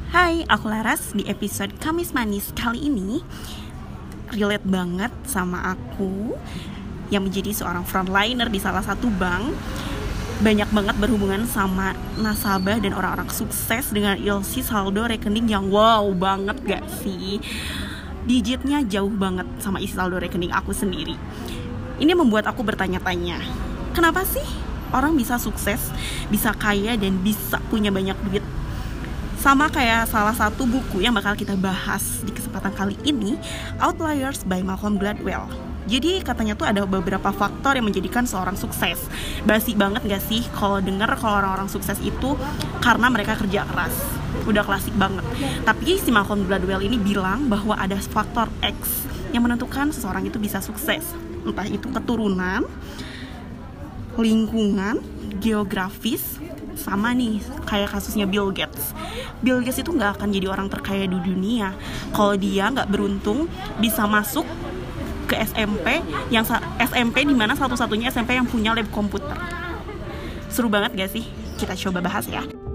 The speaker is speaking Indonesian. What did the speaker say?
Hai, aku Laras. Di episode Kamis Manis kali ini relate banget sama aku yang menjadi seorang frontliner di salah satu bank. Banyak banget berhubungan sama nasabah dan orang-orang sukses dengan isi saldo rekening yang wow banget gak sih? Digitnya jauh banget sama isi saldo rekening aku sendiri. Ini membuat aku bertanya-tanya, kenapa sih orang bisa sukses, bisa kaya, dan bisa punya banyak duit? Sama kayak salah satu buku yang bakal kita bahas di kesempatan kali ini, Outliers by Malcolm Gladwell. Jadi katanya tuh ada beberapa faktor yang menjadikan seorang sukses. Basi banget gak sih kalau denger kalau orang-orang sukses itu karena mereka kerja keras. Udah klasik banget. Tapi si Malcolm Gladwell ini bilang bahwa ada faktor X yang menentukan seseorang itu bisa sukses. Entah itu keturunan, lingkungan, geografis, sama nih kayak kasusnya Bill Gates. Bill Gates itu nggak akan jadi orang terkaya di dunia kalau dia nggak beruntung bisa masuk ke SMP yang SMP di mana satu-satunya SMP yang punya lab komputer. Seru banget gak sih? Kita coba bahas ya.